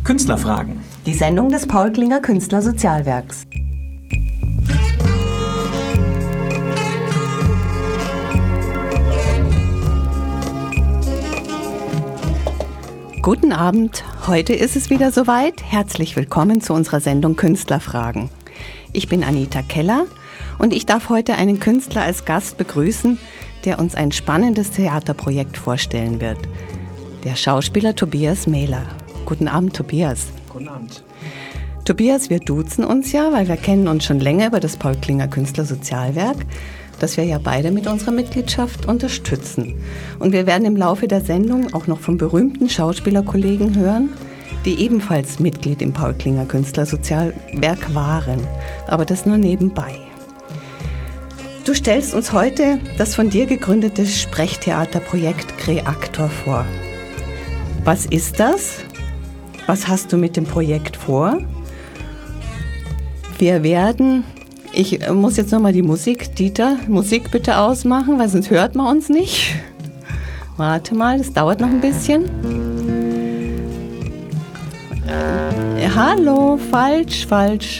Künstlerfragen. Die Sendung des Paul Klinger Künstlersozialwerks. Guten Abend, heute ist es wieder soweit. Herzlich willkommen zu unserer Sendung Künstlerfragen. Ich bin Anita Keller und ich darf heute einen Künstler als Gast begrüßen, der uns ein spannendes Theaterprojekt vorstellen wird. Der Schauspieler Tobias Mähler. Guten Abend, Tobias. Guten Abend. Tobias, wir duzen uns ja, weil wir kennen uns schon länger über das Paul Klinger Künstlersozialwerk, das wir ja beide mit unserer Mitgliedschaft unterstützen. Und wir werden im Laufe der Sendung auch noch von berühmten Schauspielerkollegen hören, die ebenfalls Mitglied im Paul Klinger Künstlersozialwerk waren. Aber das nur nebenbei. Du stellst uns heute das von dir gegründete Sprechtheaterprojekt Kreaktor vor. Was ist das? Was hast du mit dem Projekt vor? Ich muss jetzt nochmal die Musik, Dieter, Musik bitte ausmachen, weil sonst hört man uns nicht. Warte mal, das dauert noch ein bisschen. Hallo, falsch.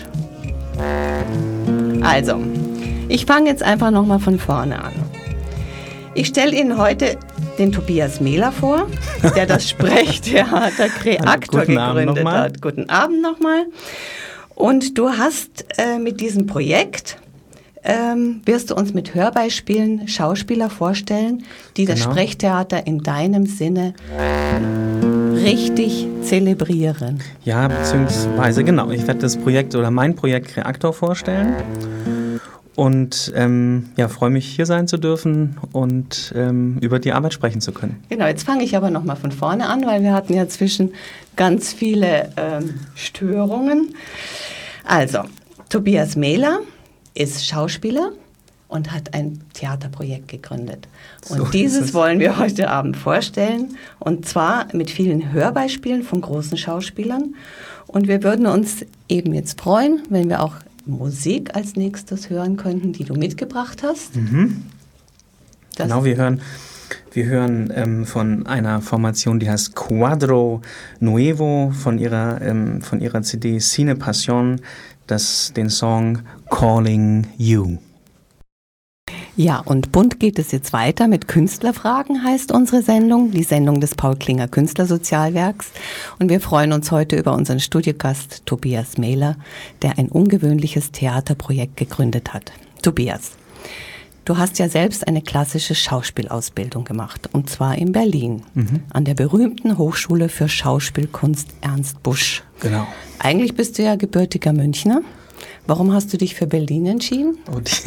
Also, ich fange jetzt einfach nochmal von vorne an. Ich stelle Ihnen heute den Tobias Mähler vor, der das Sprechtheater Kreaktor gegründet hat. Guten Abend nochmal. Und du hast mit diesem Projekt, wirst du uns mit Hörbeispielen Schauspieler vorstellen, die das Sprechtheater in deinem Sinne richtig zelebrieren. Ja, beziehungsweise genau, ich werde das Projekt oder mein Projekt Kreaktor vorstellen. Und freue mich, hier sein zu dürfen und über die Arbeit sprechen zu können. Genau, jetzt fange ich aber nochmal von vorne an, weil wir hatten ja zwischen ganz viele Störungen. Also, Tobias Mähler ist Schauspieler und hat ein Theaterprojekt gegründet. Und so dieses wollen wir heute Abend vorstellen. Und zwar mit vielen Hörbeispielen von großen Schauspielern. Und wir würden uns eben jetzt freuen, wenn wir auch Musik als nächstes hören könnten, die du mitgebracht hast. Mhm. Genau, wir hören von einer Formation, die heißt Cuadro Nuevo, von ihrer CD Cine Passion, den Song Calling You. Ja, und bunt geht es jetzt weiter mit Künstlerfragen, heißt unsere Sendung, die Sendung des Paul Klinger Künstlersozialwerks. Und wir freuen uns heute über unseren Studiogast Tobias Mähler, der ein ungewöhnliches Theaterprojekt gegründet hat. Tobias, du hast ja selbst eine klassische Schauspielausbildung gemacht, und zwar in Berlin, an der berühmten Hochschule für Schauspielkunst Ernst Busch. Genau. Eigentlich bist du ja gebürtiger Münchner. Warum hast du dich für Berlin entschieden?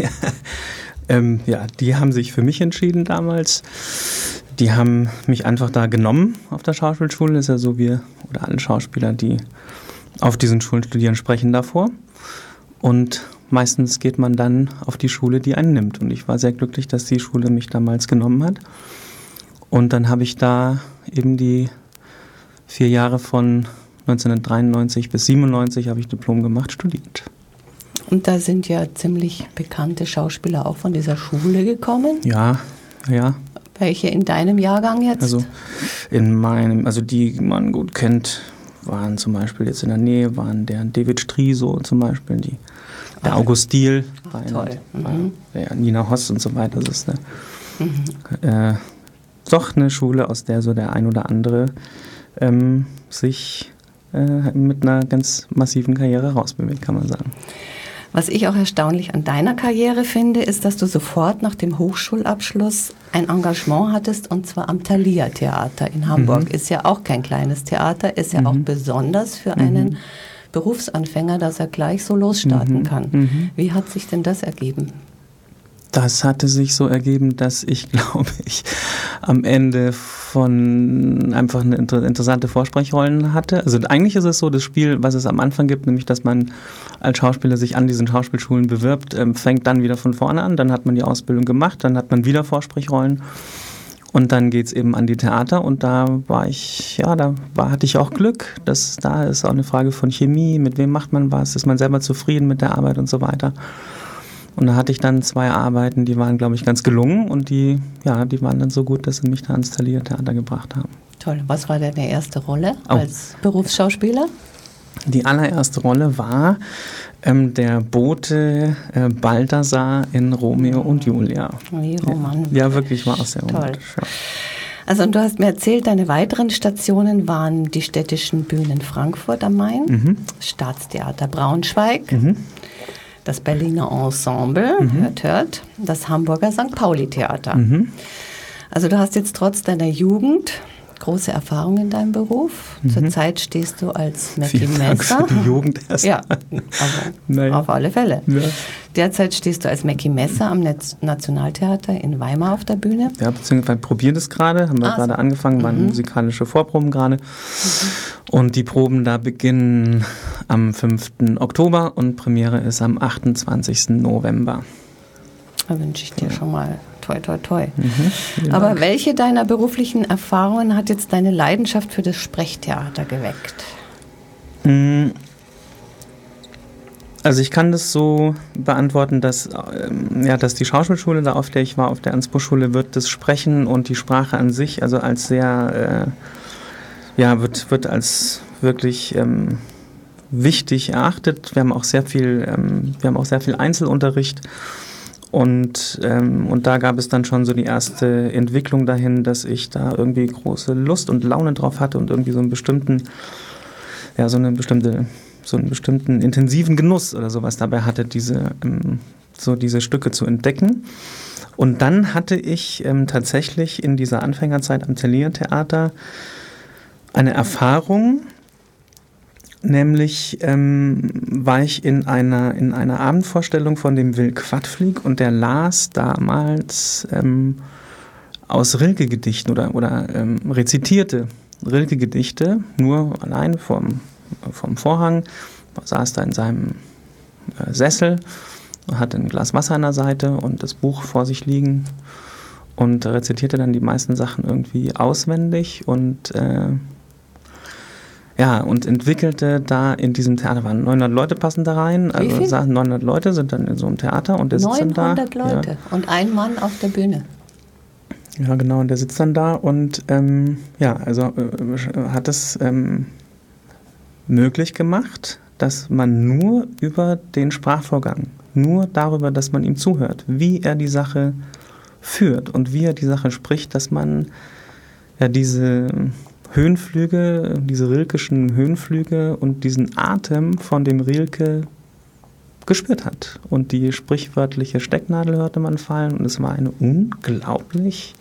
Die haben sich für mich entschieden damals. Die haben mich einfach da genommen auf der Schauspielschule. Das ist ja so, oder alle Schauspieler, die auf diesen Schulen studieren, sprechen davor. Und meistens geht man dann auf die Schule, die einen nimmt. Und ich war sehr glücklich, dass die Schule mich damals genommen hat. Und dann habe ich da eben die 4 Jahre von 1993 bis 1997 habe ich Diplom gemacht, studiert. Und da sind ja ziemlich bekannte Schauspieler auch von dieser Schule gekommen. Ja. Welche in deinem Jahrgang jetzt? Also die man gut kennt, waren zum Beispiel jetzt in der Nähe, waren der David Striso zum Beispiel, der August Diehl, Nina Hoss und so weiter. Das ist doch eine Schule, aus der so der ein oder andere sich mit einer ganz massiven Karriere rausbewegt, kann man sagen. Was ich auch erstaunlich an deiner Karriere finde, ist, dass du sofort nach dem Hochschulabschluss ein Engagement hattest, und zwar am Thalia Theater in Hamburg. Ist ja auch kein kleines Theater, ist ja auch besonders für einen Berufsanfänger, dass er gleich so losstarten kann. Wie hat sich denn das ergeben? Das hatte sich so ergeben, dass ich, glaube ich, am Ende von einfach eine interessante Vorsprechrollen hatte. Also eigentlich ist es so, das Spiel, was es am Anfang gibt, nämlich, dass man als Schauspieler sich an diesen Schauspielschulen bewirbt, fängt dann wieder von vorne an. Dann hat man die Ausbildung gemacht, dann hat man wieder Vorsprechrollen. Und dann geht's eben an die Theater, und da hatte ich auch Glück. Da ist auch eine Frage von Chemie, mit wem macht man was, ist man selber zufrieden mit der Arbeit und so weiter. Und da hatte ich dann 2 Arbeiten, die waren, glaube ich, ganz gelungen, und die waren dann so gut, dass sie mich da ans Thalia Theater gebracht haben. Toll. Was war deine erste Rolle als Berufsschauspieler? Die allererste Rolle war der Bote Balthasar in Romeo und Julia. Wie romantisch. Ja, wirklich, war auch sehr romantisch. Ja. Also und du hast mir erzählt, deine weiteren Stationen waren die städtischen Bühnen Frankfurt am Main, Staatstheater Braunschweig, das Berliner Ensemble, hört, das Hamburger St. Pauli Theater. Also du hast jetzt trotz deiner Jugend große Erfahrung in deinem Beruf. Zurzeit stehst du als Mackie Messer. Für die Jugend erst. Ja, also auf alle Fälle. Ja. Derzeit stehst du als Mackie Messer am Nationaltheater in Weimar auf der Bühne. Ja, beziehungsweise probieren das gerade. Haben wir gerade angefangen, waren musikalische Vorproben gerade. Und die Proben da beginnen am 5. Oktober und Premiere ist am 28. November. Da wünsche ich dir schon mal toi, toi, toi. Aber welche deiner beruflichen Erfahrungen hat jetzt deine Leidenschaft für das Sprechtheater geweckt? Also ich kann das so beantworten, dass die Schauspielschule, da auf der ich war, auf der Ansbruchschule, wird das Sprechen und die Sprache an sich also als sehr, wird als wirklich wichtig erachtet. Wir haben auch sehr viel Einzelunterricht. Und da gab es dann schon so die erste Entwicklung dahin, dass ich da irgendwie große Lust und Laune drauf hatte und irgendwie so einen bestimmten intensiven Genuss oder sowas dabei hatte, diese Stücke zu entdecken. Und dann hatte ich tatsächlich in dieser Anfängerzeit am Thalia-Theater eine Erfahrung. Nämlich war ich in einer Abendvorstellung von dem Will Quadflieg und der las damals aus Rilke-Gedichten oder rezitierte Rilke-Gedichte, nur allein vom Vorhang, saß da in seinem Sessel, hatte ein Glas Wasser an der Seite und das Buch vor sich liegen und rezitierte dann die meisten Sachen irgendwie auswendig und entwickelte da in diesem Theater, waren 900 Leute passen da rein, also 900 Leute sind dann in so einem Theater und der sitzt dann da. 900 Leute und ein Mann auf der Bühne. Ja, genau, und der sitzt dann da und hat es möglich gemacht, dass man nur über den Sprachvorgang, nur darüber, dass man ihm zuhört, wie er die Sache führt und wie er die Sache spricht, dass man diese Höhenflüge, diese rilkeschen Höhenflüge und diesen Atem von dem Rilke gespürt hat. Und die sprichwörtliche Stecknadel hörte man fallen und es war eine unglaublich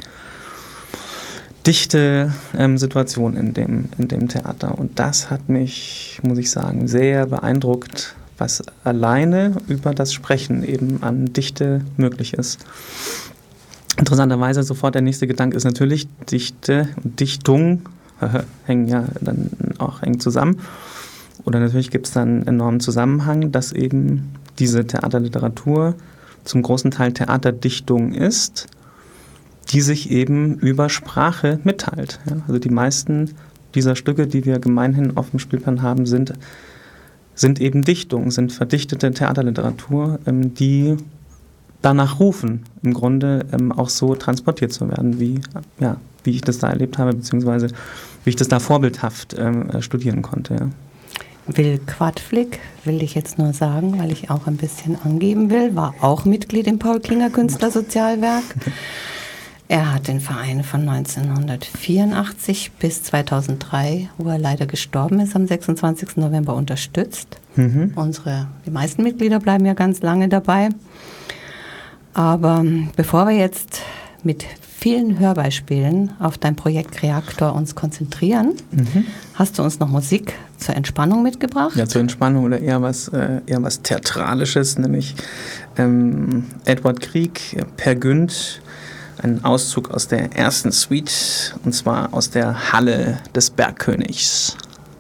dichte Situation in dem Theater. Und das hat mich, muss ich sagen, sehr beeindruckt, was alleine über das Sprechen eben an Dichte möglich ist. Interessanterweise sofort der nächste Gedanke ist natürlich, Dichte und Dichtung hängen ja dann auch eng zusammen. Oder natürlich gibt es dann einen enormen Zusammenhang, dass eben diese Theaterliteratur zum großen Teil Theaterdichtung ist, die sich eben über Sprache mitteilt. Ja? Also die meisten dieser Stücke, die wir gemeinhin auf dem Spielplan haben, sind eben Dichtungen, sind verdichtete Theaterliteratur, die danach rufen, im Grunde auch so transportiert zu werden, wie ich das da erlebt habe, beziehungsweise wie ich das da vorbildhaft studieren konnte. Ja. Will Quadflieg, will ich jetzt nur sagen, weil ich auch ein bisschen angeben will, war auch Mitglied im Paul Klinger Künstlersozialwerk. Er hat den Verein von 1984 bis 2003, wo er leider gestorben ist, am 26. November unterstützt. Die meisten Mitglieder bleiben ja ganz lange dabei. Aber bevor wir jetzt mit vielen Hörbeispielen auf dein Projekt Kreaktor uns konzentrieren, hast du uns noch Musik zur Entspannung mitgebracht? Ja, zur Entspannung oder eher was Theatralisches, nämlich Edward Grieg, Per Günd, ein Auszug aus der ersten Suite, und zwar aus der Halle des Bergkönigs.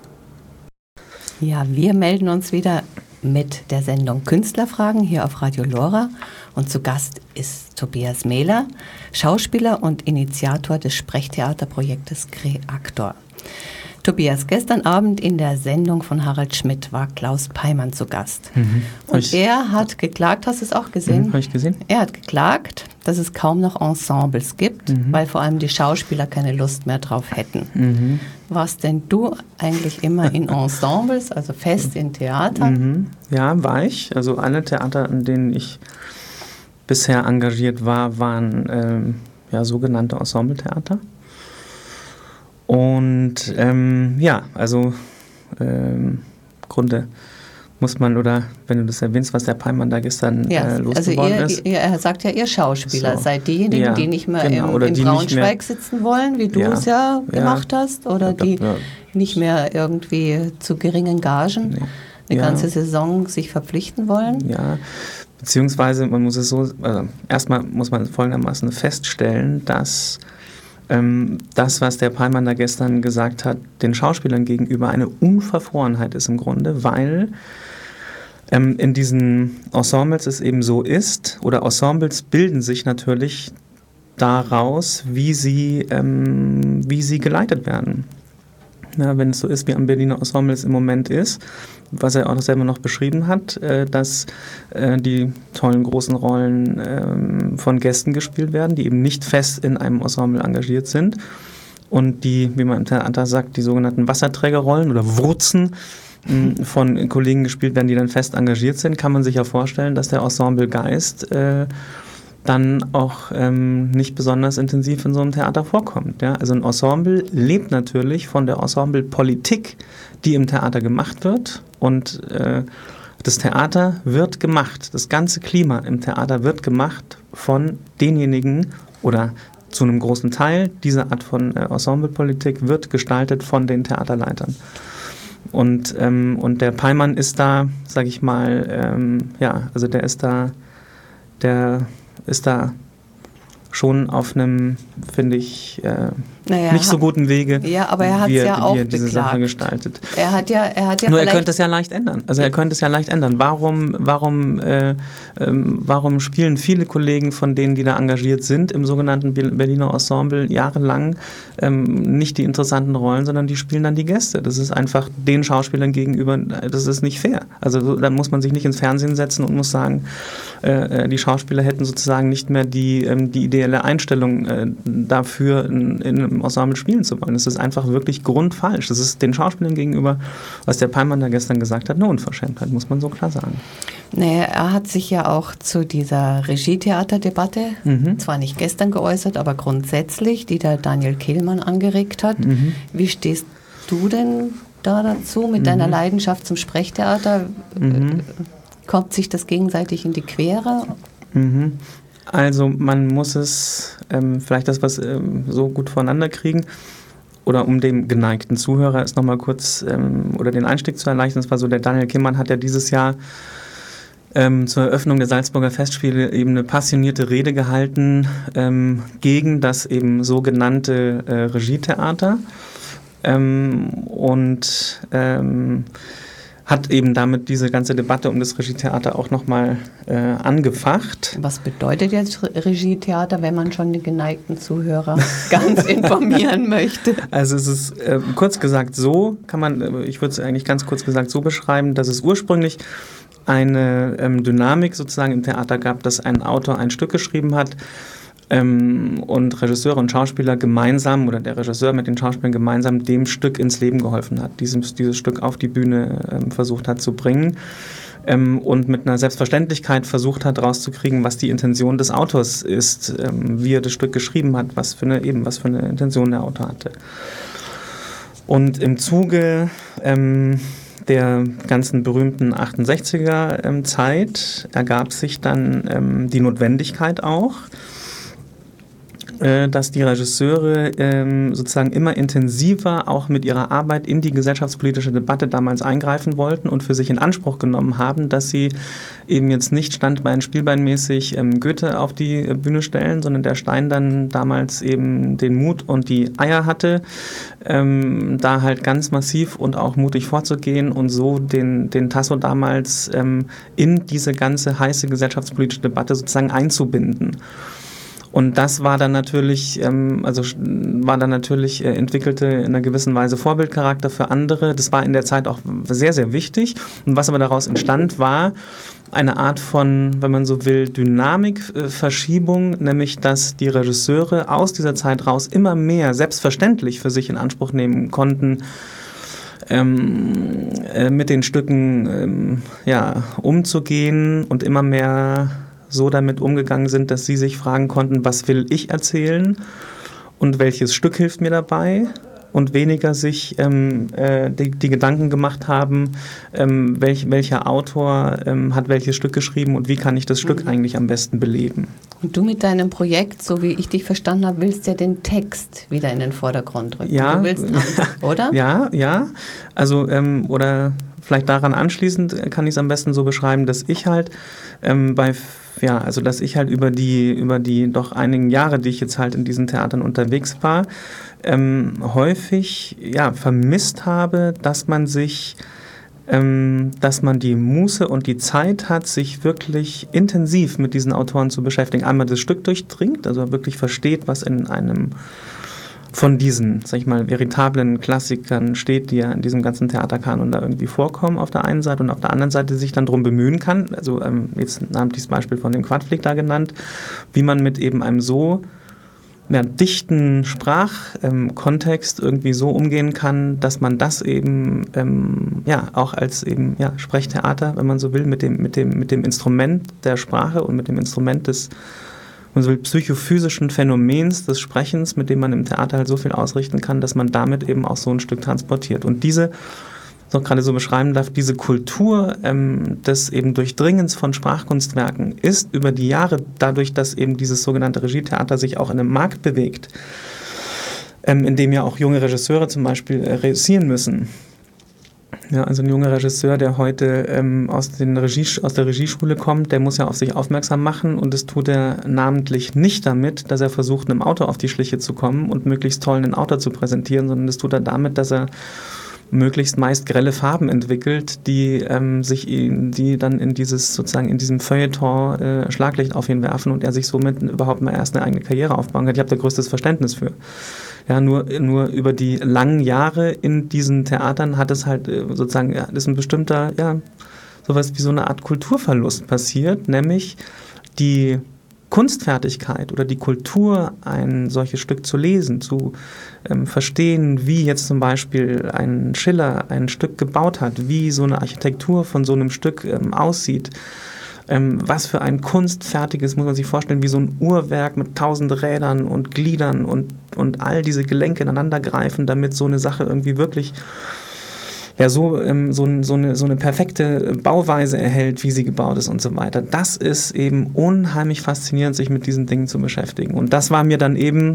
Ja, wir melden uns wieder mit der Sendung Künstlerfragen hier auf Radio Lora. Und zu Gast ist Tobias Mehler, Schauspieler und Initiator des Sprechtheaterprojektes Kreaktor. Tobias, gestern Abend in der Sendung von Harald Schmidt war Klaus Peimann zu Gast. Und er hat geklagt, hast du es auch gesehen? Habe ich gesehen. Er hat geklagt, dass es kaum noch Ensembles gibt, weil vor allem die Schauspieler keine Lust mehr drauf hätten. Warst denn du eigentlich immer in Ensembles, also fest in Theater? Ja, war ich. Also alle Theater, an denen ich bisher engagiert war, waren sogenannte Ensembletheater. Und Grunde muss man, oder wenn du das erwähnst, was der Peimann da gestern losgeworden ist. Er sagt ja, ihr Schauspieler seid diejenigen, die nicht mehr in Braunschweig sitzen wollen, wie du es gemacht hast, oder die nicht mehr irgendwie zu geringen Gagen eine ganze Saison sich verpflichten wollen. Ja, beziehungsweise man muss es so, erstmal muss man folgendermaßen feststellen, dass das, was der Peimann da gestern gesagt hat, den Schauspielern gegenüber eine Unverfrorenheit ist im Grunde, weil in diesen Ensembles es eben so ist, oder Ensembles bilden sich natürlich daraus, wie sie geleitet werden. Ja, wenn es so ist, wie am Berliner Ensemble es im Moment ist, was er auch selber noch beschrieben hat, dass die tollen großen Rollen von Gästen gespielt werden, die eben nicht fest in einem Ensemble engagiert sind, und die, wie man im Theater sagt, die sogenannten Wasserträgerrollen oder Wurzen von Kollegen gespielt werden, die dann fest engagiert sind, kann man sich ja vorstellen, dass der Ensemblegeist dann auch nicht besonders intensiv in so einem Theater vorkommt. Ja? Also ein Ensemble lebt natürlich von der Ensemblepolitik, die im Theater gemacht wird, und das Theater wird gemacht, das ganze Klima im Theater wird gemacht von denjenigen, oder zu einem großen Teil, diese Art von Ensemblepolitik wird gestaltet von den Theaterleitern. Und der Peimann ist da, sage ich mal, also der ist da schon auf einem, finde ich, nicht so guten Wege, aber er hat es ja auch wie er diese beklagt. Sache gestaltet. Er hat ja Nur er könnte es ja leicht ändern. Also er könnte es ja leicht ändern. Warum spielen viele Kollegen von denen, die da engagiert sind, im sogenannten Berliner Ensemble jahrelang nicht die interessanten Rollen, sondern die spielen dann die Gäste? Das ist einfach den Schauspielern gegenüber, das ist nicht fair. Also da muss man sich nicht ins Fernsehen setzen und muss sagen, die Schauspieler hätten sozusagen nicht mehr die ideelle Einstellung dafür, in einem Ensemble spielen zu wollen. Das ist einfach wirklich grundfalsch. Das ist den Schauspielern gegenüber, was der Peimann da gestern gesagt hat, eine Unverschämtheit, muss man so klar sagen. Naja, er hat sich ja auch zu dieser Regietheaterdebatte zwar nicht gestern geäußert, aber grundsätzlich, die der Daniel Kehlmann angeregt hat. Wie stehst du denn da dazu mit deiner Leidenschaft zum Sprechtheater? Kommt sich das gegenseitig in die Quere? Also man muss es vielleicht das, was so gut voneinander kriegen, oder um dem geneigten Zuhörer es nochmal kurz oder den Einstieg zu erleichtern. Es war so, der Daniel Kehlmann hat ja dieses Jahr zur Eröffnung der Salzburger Festspiele eben eine passionierte Rede gehalten gegen das eben sogenannte Regietheater und hat eben damit diese ganze Debatte um das Regietheater auch nochmal angefacht. Was bedeutet jetzt Regietheater, wenn man schon den geneigten Zuhörer ganz informieren möchte? Also es ist kurz gesagt so, ich würde es eigentlich ganz kurz gesagt so beschreiben, dass es ursprünglich eine Dynamik sozusagen im Theater gab, dass ein Autor ein Stück geschrieben hat, und Regisseure und Schauspieler gemeinsam, oder der Regisseur mit den Schauspielern gemeinsam dem Stück ins Leben geholfen hat, dieses Stück auf die Bühne versucht hat zu bringen und mit einer Selbstverständlichkeit versucht hat rauszukriegen, was die Intention des Autors ist, wie er das Stück geschrieben hat, was für eine Intention der Autor hatte. Und im Zuge der ganzen berühmten 68er Zeit ergab sich dann die Notwendigkeit auch, dass die Regisseure sozusagen immer intensiver auch mit ihrer Arbeit in die gesellschaftspolitische Debatte damals eingreifen wollten und für sich in Anspruch genommen haben, dass sie eben jetzt nicht Standbein, Spielbeinmäßig Goethe auf die Bühne stellen, sondern der Stein dann damals eben den Mut und die Eier hatte, da halt ganz massiv und auch mutig vorzugehen und so den Tasso damals in diese ganze heiße gesellschaftspolitische Debatte sozusagen einzubinden. Und das war dann natürlich, entwickelte in einer gewissen Weise Vorbildcharakter für andere. Das war in der Zeit auch sehr, sehr wichtig. Und was aber daraus entstand, war eine Art von, wenn man so will, Dynamikverschiebung, nämlich dass die Regisseure aus dieser Zeit raus immer mehr selbstverständlich für sich in Anspruch nehmen konnten, mit den Stücken umzugehen und immer mehr so damit umgegangen sind, dass sie sich fragen konnten, was will ich erzählen und welches Stück hilft mir dabei, und weniger sich die Gedanken gemacht haben, welcher Autor hat welches Stück geschrieben und wie kann ich das Stück eigentlich am besten beleben. Und du mit deinem Projekt, so wie ich dich verstanden habe, willst ja den Text wieder in den Vordergrund rücken. Ja, du willst, oder? Ja. Also, oder vielleicht daran anschließend kann ich es am besten so beschreiben, dass ich halt dass ich halt über die doch einigen Jahre, die ich jetzt halt in diesen Theatern unterwegs war, häufig vermisst habe, dass man die Muße und die Zeit hat, sich wirklich intensiv mit diesen Autoren zu beschäftigen. Einmal das Stück durchdringt, also wirklich versteht, was in einem von diesen, sag ich mal, veritablen Klassikern steht, die ja in diesem ganzen Theaterkanon da irgendwie vorkommen auf der einen Seite, und auf der anderen Seite sich dann darum bemühen kann, also jetzt namentlich das Beispiel von dem Quadflieg da genannt, wie man mit eben einem so dichten Sprachkontext irgendwie so umgehen kann, dass man das eben auch als eben Sprechtheater, wenn man so will, mit dem Instrument der Sprache und mit dem Instrument des psychophysischen Phänomens des Sprechens, mit dem man im Theater halt so viel ausrichten kann, dass man damit eben auch so ein Stück transportiert. Und diese, noch gerade so beschreiben darf, diese Kultur des eben Durchdringens von Sprachkunstwerken ist über die Jahre, dadurch, dass eben dieses sogenannte Regietheater sich auch in einem Markt bewegt, in dem ja auch junge Regisseure zum Beispiel reüssieren müssen. Ja, also ein junger Regisseur, der heute aus der Regieschule kommt, der muss ja auf sich aufmerksam machen, und das tut er namentlich nicht damit, dass er versucht, einem Autor auf die Schliche zu kommen und möglichst toll einen Autor zu präsentieren, sondern das tut er damit, dass er möglichst meist grelle Farben entwickelt, die dann in diesem Feuilleton Schlaglicht auf ihn werfen und er sich somit überhaupt mal erst eine eigene Karriere aufbauen kann. Ich habe da größtes Verständnis für. Ja, nur über die langen Jahre in diesen Theatern hat es halt ist ein bestimmter, sowas wie so eine Art Kulturverlust passiert, nämlich die Kunstfertigkeit oder die Kultur, ein solches Stück zu lesen, zu verstehen, wie jetzt zum Beispiel ein Schiller ein Stück gebaut hat, wie so eine Architektur von so einem Stück aussieht. Was für ein kunstfertiges, muss man sich vorstellen, wie so ein Uhrwerk mit 1000 Rädern und Gliedern und all diese Gelenke ineinander greifen, damit so eine Sache irgendwie wirklich so eine perfekte Bauweise erhält, wie sie gebaut ist und so weiter. Das ist eben unheimlich faszinierend, sich mit diesen Dingen zu beschäftigen. Und das war mir dann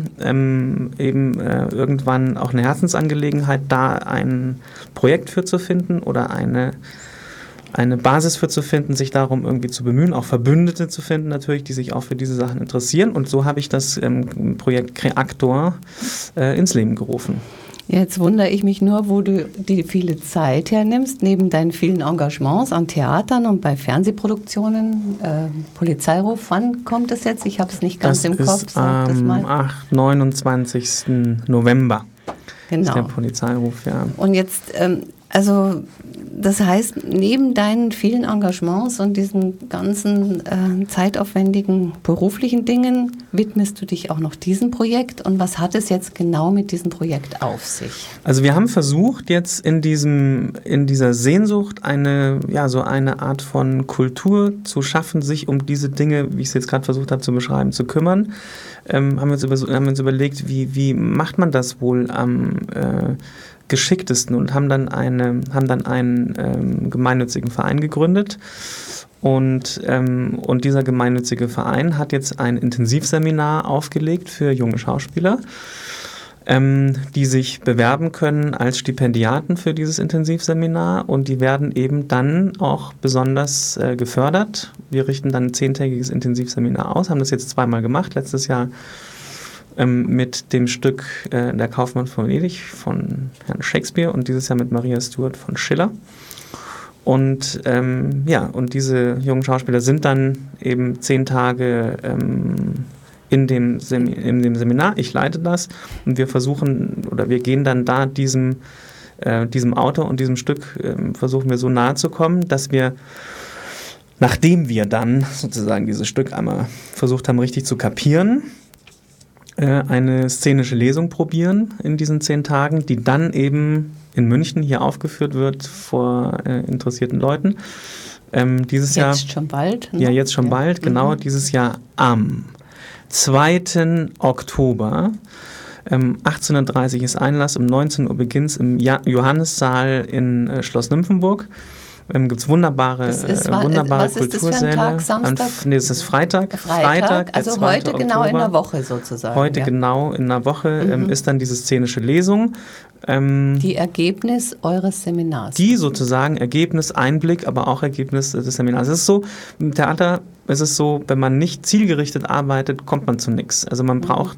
irgendwann auch eine Herzensangelegenheit, da ein Projekt für zu finden oder eine Basis für zu finden, sich darum irgendwie zu bemühen, auch Verbündete zu finden natürlich, die sich auch für diese Sachen interessieren. Und so habe ich das Projekt Kreaktor ins Leben gerufen. Jetzt wundere ich mich nur, wo du die viele Zeit hernimmst, neben deinen vielen Engagements an Theatern und bei Fernsehproduktionen. Polizeiruf, wann kommt es jetzt? Ich habe es nicht ganz im Kopf. Sag das mal. Am 29. November. Genau. Ist der Polizeiruf, ja. Und jetzt, das heißt, neben deinen vielen Engagements und diesen ganzen zeitaufwendigen beruflichen Dingen widmest du dich auch noch diesem Projekt. Und was hat es jetzt genau mit diesem Projekt auf sich? Also wir haben versucht, jetzt in dieser Sehnsucht eine Art von Kultur zu schaffen, sich um diese Dinge, wie ich es jetzt gerade versucht habe zu beschreiben, zu kümmern. Haben wir uns überlegt, wie macht man das wohl am geschicktesten, und haben dann einen gemeinnützigen Verein gegründet. Und dieser gemeinnützige Verein hat jetzt ein Intensivseminar aufgelegt für junge Schauspieler, die sich bewerben können als Stipendiaten für dieses Intensivseminar, und die werden eben dann auch besonders gefördert. Wir richten dann ein 10-tägiges Intensivseminar aus, haben das jetzt 2-mal gemacht, letztes Jahr mit dem Stück Der Kaufmann von Venedig von Herrn Shakespeare und dieses Jahr mit Maria Stuart von Schiller. Und und diese jungen Schauspieler sind dann eben 10 Tage in dem Seminar, ich leite das und wir versuchen oder wir gehen dann da diesem Autor und diesem Stück versuchen wir so nahe zu kommen, dass wir, nachdem wir dann sozusagen dieses Stück einmal versucht haben richtig zu kapieren, eine szenische Lesung probieren in diesen 10 Tagen, die dann eben in München hier aufgeführt wird vor interessierten Leuten. Dieses Jahr schon bald? Ne? Ja, jetzt schon bald, genau. Dieses Jahr am 2. Oktober. 18:30 ist Einlass, um 19 Uhr beginnt es im Johannissaal in Schloss Nymphenburg. Gibt es wunderbare Kultursäle. Was ist das für ein Tag? Samstag? Es ist Freitag. Also heute genau in der Woche sozusagen. Heute genau in der Woche ist dann diese szenische Lesung. Die Ergebnis eures Seminars. Die sozusagen Ergebnis, Einblick, aber auch Ergebnis des Seminars. Es ist so, im Theater ist es so, wenn man nicht zielgerichtet arbeitet, kommt man zu nichts. Also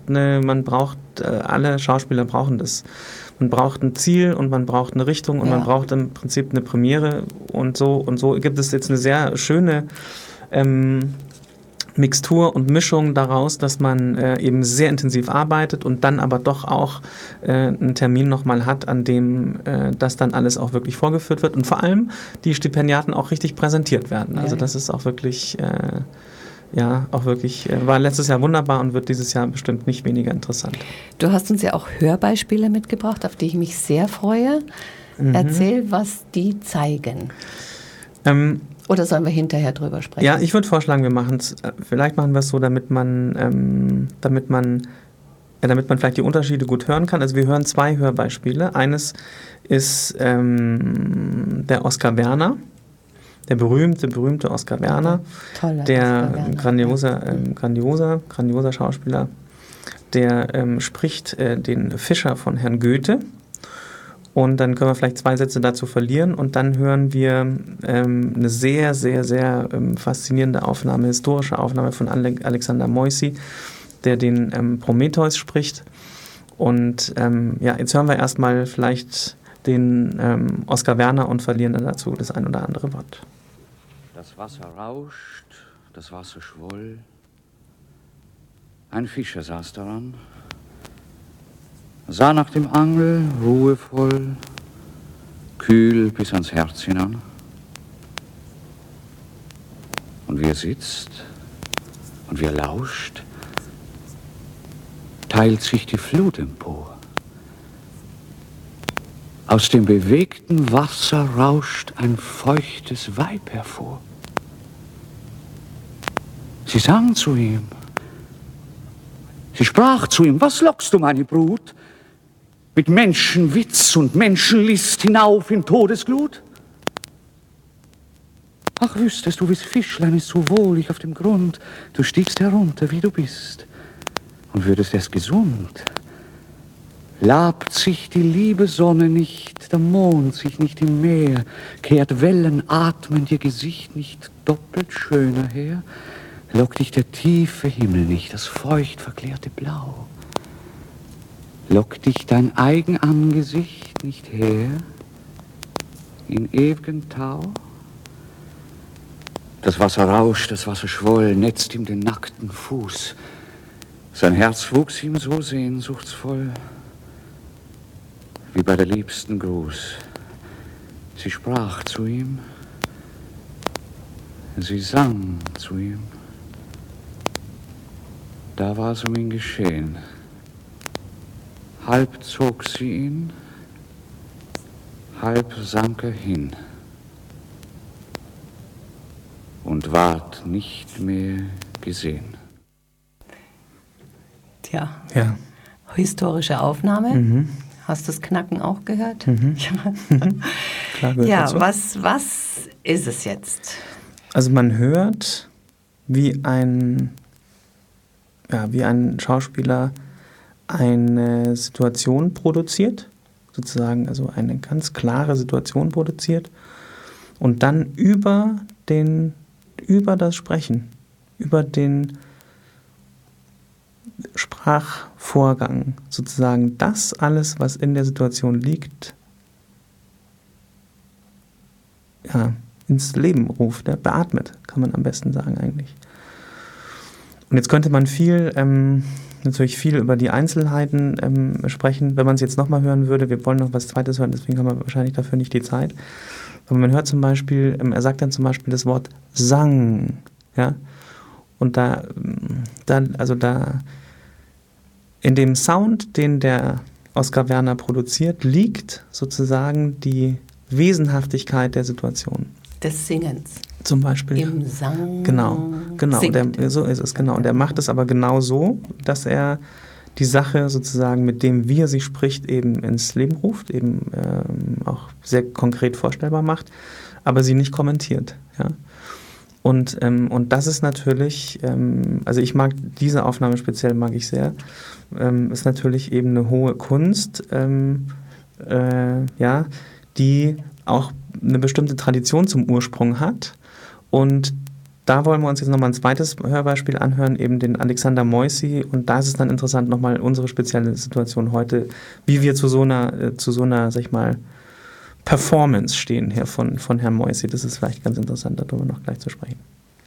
alle Schauspieler brauchen das. Man braucht ein Ziel und man braucht eine Richtung und man braucht im Prinzip eine Premiere und so gibt es jetzt eine sehr schöne Mixtur und Mischung daraus, dass man eben sehr intensiv arbeitet und dann aber doch auch einen Termin nochmal hat, an dem das dann alles auch wirklich vorgeführt wird und vor allem die Stipendiaten auch richtig präsentiert werden. Also das ist auch wirklich, war letztes Jahr wunderbar und wird dieses Jahr bestimmt nicht weniger interessant. Du hast uns ja auch Hörbeispiele mitgebracht, auf die ich mich sehr freue. Erzähl, was die zeigen. Oder sollen wir hinterher drüber sprechen? Ja, ich würde vorschlagen, vielleicht machen wir es so, damit man vielleicht die Unterschiede gut hören kann. Also wir hören 2 Hörbeispiele. Eines ist der Oskar Werner, der berühmte Oskar Werner, der grandioser Schauspieler, der spricht den Fischer von Herrn Goethe. Und dann können wir vielleicht 2 Sätze dazu verlieren und dann hören wir eine sehr, sehr, sehr faszinierende Aufnahme, historische Aufnahme von Alexander Moissy, der den Prometheus spricht. Und jetzt hören wir erstmal vielleicht den Oskar Werner und verlieren dann dazu das ein oder andere Wort. Das Wasser rauscht, das Wasser schwoll. Ein Fischer saß daran, sah nach dem Angel ruhevoll, kühl bis ans Herz hinan. Und wie er sitzt und wie er lauscht, teilt sich die Flut empor. Aus dem bewegten Wasser rauscht ein feuchtes Weib hervor. Sie sang zu ihm. Sie sprach zu ihm: Was lockst du, meine Brut, mit Menschenwitz und Menschenlist hinauf in Todesglut? Ach, wüsstest du, wie's Fischlein ist so wohlig auf dem Grund, du stiegst herunter, wie du bist, und würdest erst gesund. Labt sich die liebe Sonne nicht, der Mond sich nicht im Meer, kehrt wellenatmend ihr Gesicht nicht doppelt schöner her, lockt dich der tiefe Himmel nicht, das feucht verklärte Blau, lockt dich dein eigen Angesicht nicht her, in ew'gen Tau? Das Wasser rauscht, das Wasser schwoll, netzt ihm den nackten Fuß, sein Herz wuchs ihm so sehnsuchtsvoll, wie bei der liebsten Gruß. Sie sprach zu ihm, sie sang zu ihm. Da war es um ihn geschehen. Halb zog sie ihn, halb sank er hin und ward nicht mehr gesehen. Tja, Ja. Historische Aufnahme. Hast du das Knacken auch gehört? Klar gehört Ja, dazu. was ist es jetzt? Also man hört, wie ein Schauspieler eine Situation produziert, sozusagen, also eine ganz klare Situation produziert und dann über das Sprechen, über den Sprachvorgang sozusagen das alles, was in der Situation liegt, ins Leben ruft, beatmet, kann man am besten sagen eigentlich. Und jetzt könnte man natürlich viel über die Einzelheiten sprechen, wenn man es jetzt nochmal hören würde. Wir wollen noch was Zweites hören, deswegen haben wir wahrscheinlich dafür nicht die Zeit. Aber man hört zum Beispiel, er sagt dann zum Beispiel das Wort Sang, ja, und da in dem Sound, den der Oskar Werner produziert, liegt sozusagen die Wesenhaftigkeit der Situation. Des Singens. Zum Beispiel. Im Sang. Genau. So ist es, genau. Und er macht es aber genau so, dass er die Sache sozusagen, mit dem wie er sie spricht, eben ins Leben ruft, eben auch sehr konkret vorstellbar macht, aber sie nicht kommentiert. Ja? Und das ist natürlich, also ich mag diese Aufnahme speziell, mag ich sehr, ist natürlich eben eine hohe Kunst, die auch eine bestimmte Tradition zum Ursprung hat. Und da wollen wir uns jetzt nochmal ein zweites Hörbeispiel anhören, eben den Alexander Moissy. Und da ist es dann interessant, nochmal unsere spezielle Situation heute, wie wir zu so einer, sag ich mal, Performance stehen hier von Herrn Moissy. Das ist vielleicht ganz interessant, darüber noch gleich zu sprechen.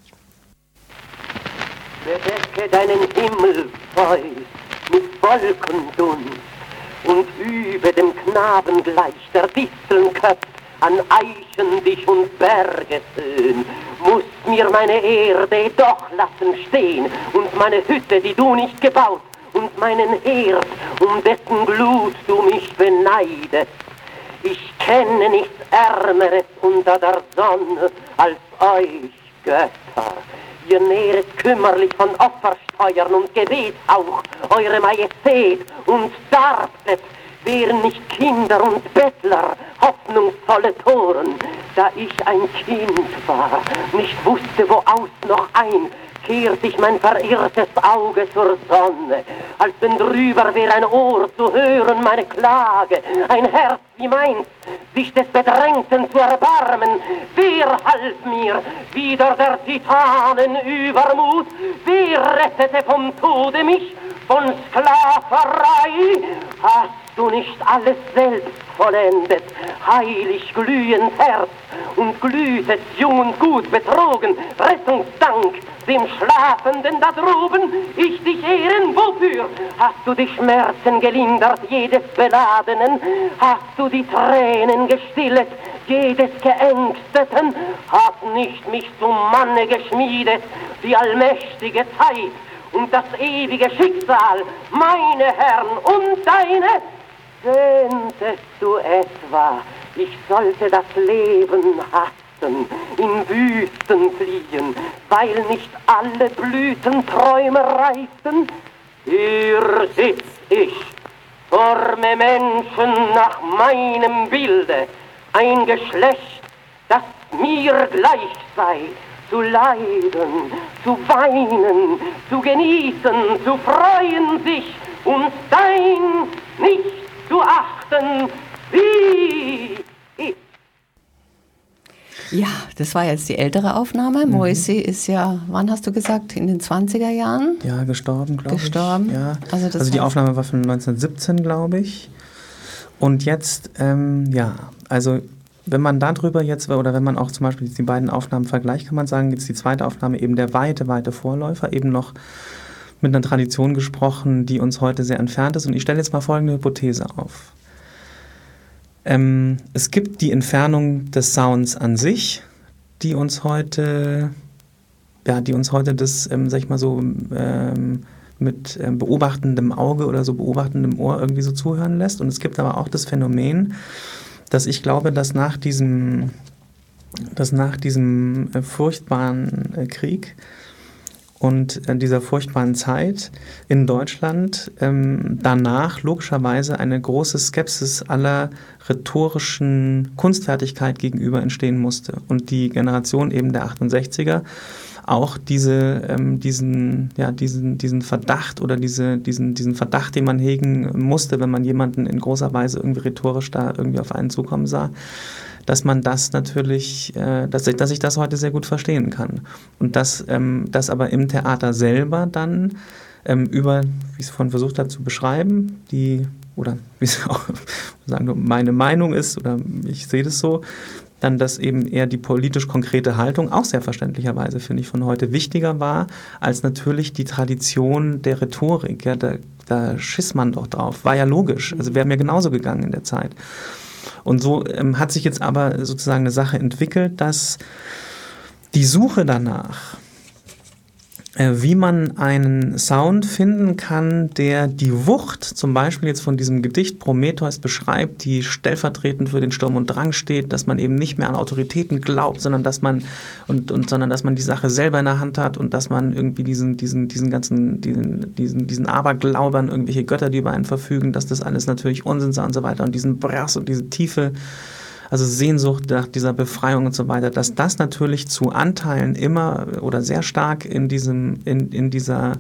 Bedecke deinen Himmel feucht mit Wolkendunst und über dem Knaben gleich der Disteln köpft an Eichen dich und Berge höhn. Musst mir meine Erde doch lassen stehen und meine Hütte, die du nicht gebaut, und meinen Herd, um dessen Glut du mich beneidest. Ich kenne nichts Ärmeres unter der Sonne als euch Götter. Ihr nähret kümmerlich von Opfersteuern und Gebet auch eure Majestät und darbtet, wären nicht Kinder und Bettler hoffnungsvolle Toren, da ich ein Kind war, nicht wusste, wo aus noch ein, kehrt sich mein verirrtes Auge zur Sonne, als wenn drüber wäre ein Ohr zu hören meine Klage, ein Herz wie meins, sich des Bedrängten zu erbarmen. Wer half mir wider der Titanen Übermut? Wer rettete vom Tode mich von Sklaverei? Hast du nicht alles selbst vollendet, heilig glühend Herz, und glühtest jung und gut betrogen, Rettungsdank dem Schlafenden da droben, ich dich ehren, wofür? Hast du die Schmerzen gelindert, jedes Beladenen? Hast du die Tränen gestillet, jedes Geängsteten? Hat nicht mich zum Manne geschmiedet, die allmächtige Zeit und das ewige Schicksal, meine Herren und deine? Wähntest du etwa, ich sollte das Leben hassen, in Wüsten fliehen, weil nicht alle Blütenträume reifen? Hier sitz ich, forme Menschen nach meinem Bilde, ein Geschlecht, das mir gleich sei, zu leiden, zu weinen, zu genießen, zu freuen sich und dein nicht zu achten, wie ich. Ja, das war jetzt die ältere Aufnahme. Moissy ist ja, wann hast du gesagt, in den 20er Jahren? Ja, gestorben, glaube ich. Gestorben? Ja. Also die Aufnahme war von 1917, glaube ich. Und jetzt, also wenn man darüber jetzt, oder wenn man auch zum Beispiel die beiden Aufnahmen vergleicht, kann man sagen, jetzt die zweite Aufnahme eben der weite Vorläufer, eben noch mit einer Tradition gesprochen, die uns heute sehr entfernt ist. Und ich stelle jetzt mal folgende Hypothese auf. Es gibt die Entfernung des Sounds an sich, die uns heute das, sag ich mal so, mit beobachtendem Auge oder so beobachtendem Ohr irgendwie so zuhören lässt. Und es gibt aber auch das Phänomen, dass ich glaube, dass nach diesem furchtbaren Krieg und dieser furchtbaren Zeit in Deutschland danach logischerweise eine große Skepsis aller rhetorischen Kunstfertigkeit gegenüber entstehen musste. Und die Generation eben der 68er auch diesen Verdacht oder diesen Verdacht, den man hegen musste, wenn man jemanden in großer Weise irgendwie rhetorisch da irgendwie auf einen zukommen sah, dass man das natürlich, dass ich das heute sehr gut verstehen kann. Und dass aber im Theater selber dann über, wie ich es vorhin versucht habe zu beschreiben, oder wie es auch sagen, meine Meinung ist, oder ich sehe das so, dann, dass eben eher die politisch konkrete Haltung, auch sehr verständlicherweise, finde ich, von heute wichtiger war, als natürlich die Tradition der Rhetorik. Ja, da schiss man doch drauf. War ja logisch. Also wäre mir genauso gegangen in der Zeit. Und so hat sich jetzt aber sozusagen eine Sache entwickelt, dass die Suche danach, wie man einen Sound finden kann, der die Wucht zum Beispiel jetzt von diesem Gedicht Prometheus beschreibt, die stellvertretend für den Sturm und Drang steht, dass man eben nicht mehr an Autoritäten glaubt, sondern dass man sondern dass man die Sache selber in der Hand hat und dass man irgendwie diesen Aberglaubern, irgendwelche Götter, die über einen verfügen, dass das alles natürlich Unsinn sei und so weiter und diesen Brass und diese tiefe Sehnsucht nach dieser Befreiung und so weiter, dass das natürlich zu Anteilen immer oder sehr stark in dieser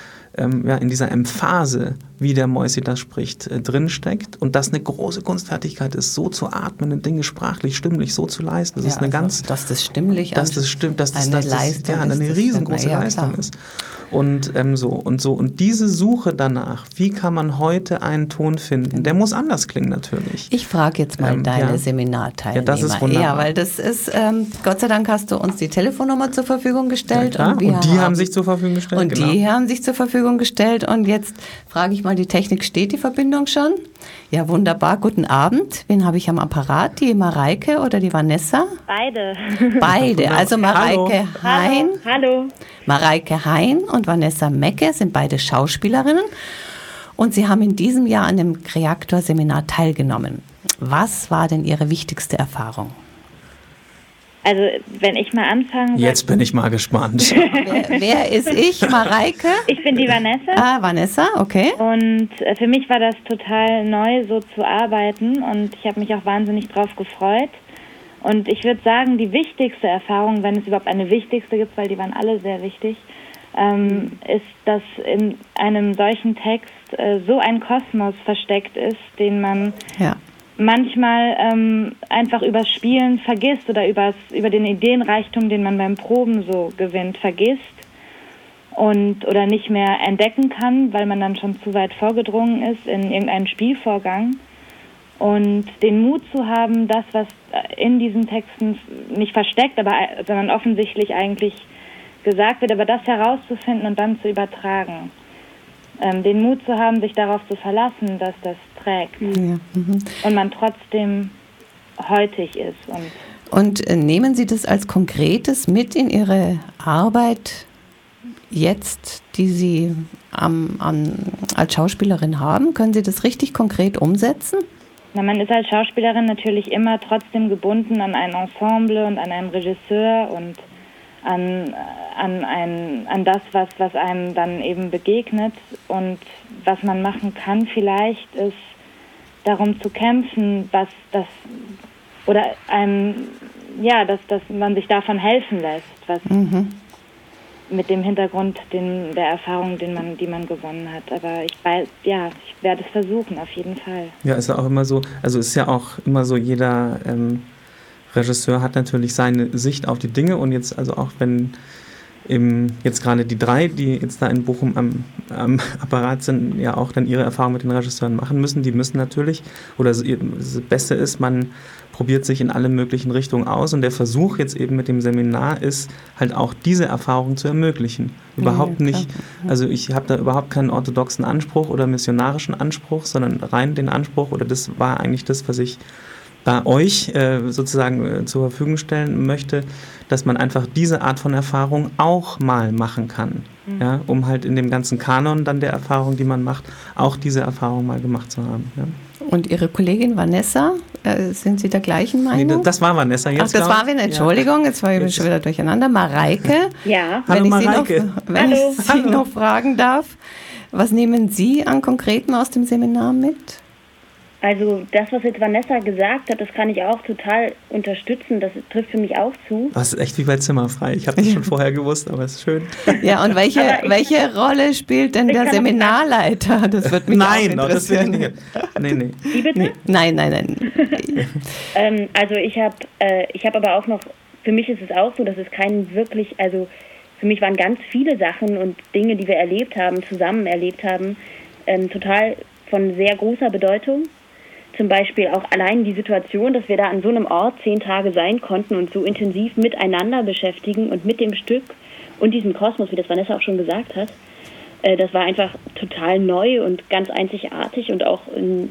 Emphase, wie der Moissi das spricht, drinsteckt und das eine große Kunstfertigkeit ist, so zu atmen und Dinge sprachlich, stimmlich so zu leisten. Das ist eine dass das stimmlich dass das stimmt, dass das eine riesengroße Leistung ist. Und und diese Suche danach, wie kann man heute einen Ton finden, der muss anders klingen natürlich. Ich frage jetzt mal deine Seminarteilnehmer. Ja, das ist wunderbar. Ja, weil das ist, Gott sei Dank hast du uns die Telefonnummer zur Verfügung gestellt. Ja, und die haben sich zur Verfügung gestellt. Und die haben sich zur Verfügung gestellt. Und jetzt frage ich mal die Technik, steht die Verbindung schon? Ja, wunderbar. Guten Abend. Wen habe ich am Apparat? Die Mareike oder die Vanessa? Beide. Also Mareike Hein. Hallo. Mareike Hein und Vanessa Mecke sind beide Schauspielerinnen und sie haben in diesem Jahr an dem Kreator-Seminar teilgenommen. Was war denn Ihre wichtigste Erfahrung? Also, wenn ich mal anfange... Jetzt bin ich mal gespannt. Wer ist ich? Mareike? Ich bin die Vanessa. Ah, Vanessa, okay. Und für mich war das total neu, so zu arbeiten und ich habe mich auch wahnsinnig drauf gefreut. Und ich würde sagen, die wichtigste Erfahrung, wenn es überhaupt eine wichtigste gibt, weil die waren alle sehr wichtig, ist, dass in einem solchen Text so ein Kosmos versteckt ist, den man manchmal einfach übers Spielen vergisst oder über den Ideenreichtum, den man beim Proben so gewinnt, vergisst oder nicht mehr entdecken kann, weil man dann schon zu weit vorgedrungen ist in irgendeinen Spielvorgang. Und den Mut zu haben, das, was in diesen Texten nicht versteckt, sondern offensichtlich eigentlich gesagt wird, aber das herauszufinden und dann zu übertragen. Den Mut zu haben, sich darauf zu verlassen, dass das trägt. Ja. Und man trotzdem heutig ist. Und nehmen Sie das als Konkretes mit in Ihre Arbeit jetzt, die Sie als Schauspielerin haben? Können Sie das richtig konkret umsetzen? Na, man ist als Schauspielerin natürlich immer trotzdem gebunden an ein Ensemble und an einen Regisseur und an das, was einem dann eben begegnet. Und was man machen kann vielleicht, ist darum zu kämpfen, dass man sich davon helfen lässt, mit dem Hintergrund der Erfahrung, die man gewonnen hat. Aber ich werde es versuchen, auf jeden Fall. Ja, ist ja auch immer so, also ist ja auch immer so, jeder Regisseur hat natürlich seine Sicht auf die Dinge und jetzt, also auch wenn eben jetzt gerade die 3, die jetzt da in Bochum am Apparat sind, ja auch dann ihre Erfahrung mit den Regisseuren machen müssen, die müssen natürlich, oder das Beste ist, man probiert sich in alle möglichen Richtungen aus und der Versuch jetzt eben mit dem Seminar ist, halt auch diese Erfahrung zu ermöglichen. Überhaupt nicht, also ich habe da überhaupt keinen orthodoxen Anspruch oder missionarischen Anspruch, sondern rein den Anspruch, oder das war eigentlich das, was ich bei euch sozusagen zur Verfügung stellen möchte, dass man einfach diese Art von Erfahrung auch mal machen kann, ja, um halt in dem ganzen Kanon dann der Erfahrung, die man macht, auch diese Erfahrung mal gemacht zu haben. Ja. Und Ihre Kollegin Vanessa, sind Sie der gleichen Meinung? Nee, das war Vanessa jetzt. Ach, das war Vanessa, Entschuldigung, jetzt war ich schon wieder durcheinander. Mareike? Ja. Hallo Mareike. Wenn ich Sie noch fragen darf, was nehmen Sie an Konkreten aus dem Seminar mit? Also das, was jetzt Vanessa gesagt hat, das kann ich auch total unterstützen. Das trifft für mich auch zu. Das ist echt wie bei Zimmerfrei. Ich habe das schon vorher gewusst, aber es ist schön. Ja, und welche Rolle spielt denn der Seminarleiter? Das wird mich auch interessieren. Nein, das will ich nicht. Nee. Wie bitte? Nein. Also ich habe aber auch noch, für mich ist es auch so, dass es keinen wirklich, also für mich waren ganz viele Sachen und Dinge, die wir zusammen erlebt haben, total von sehr großer Bedeutung. zum Beispiel auch allein die Situation, dass wir da an so einem Ort 10 Tage sein konnten und so intensiv miteinander beschäftigen und mit dem Stück und diesem Kosmos, wie das Vanessa auch schon gesagt hat, das war einfach total neu und ganz einzigartig und auch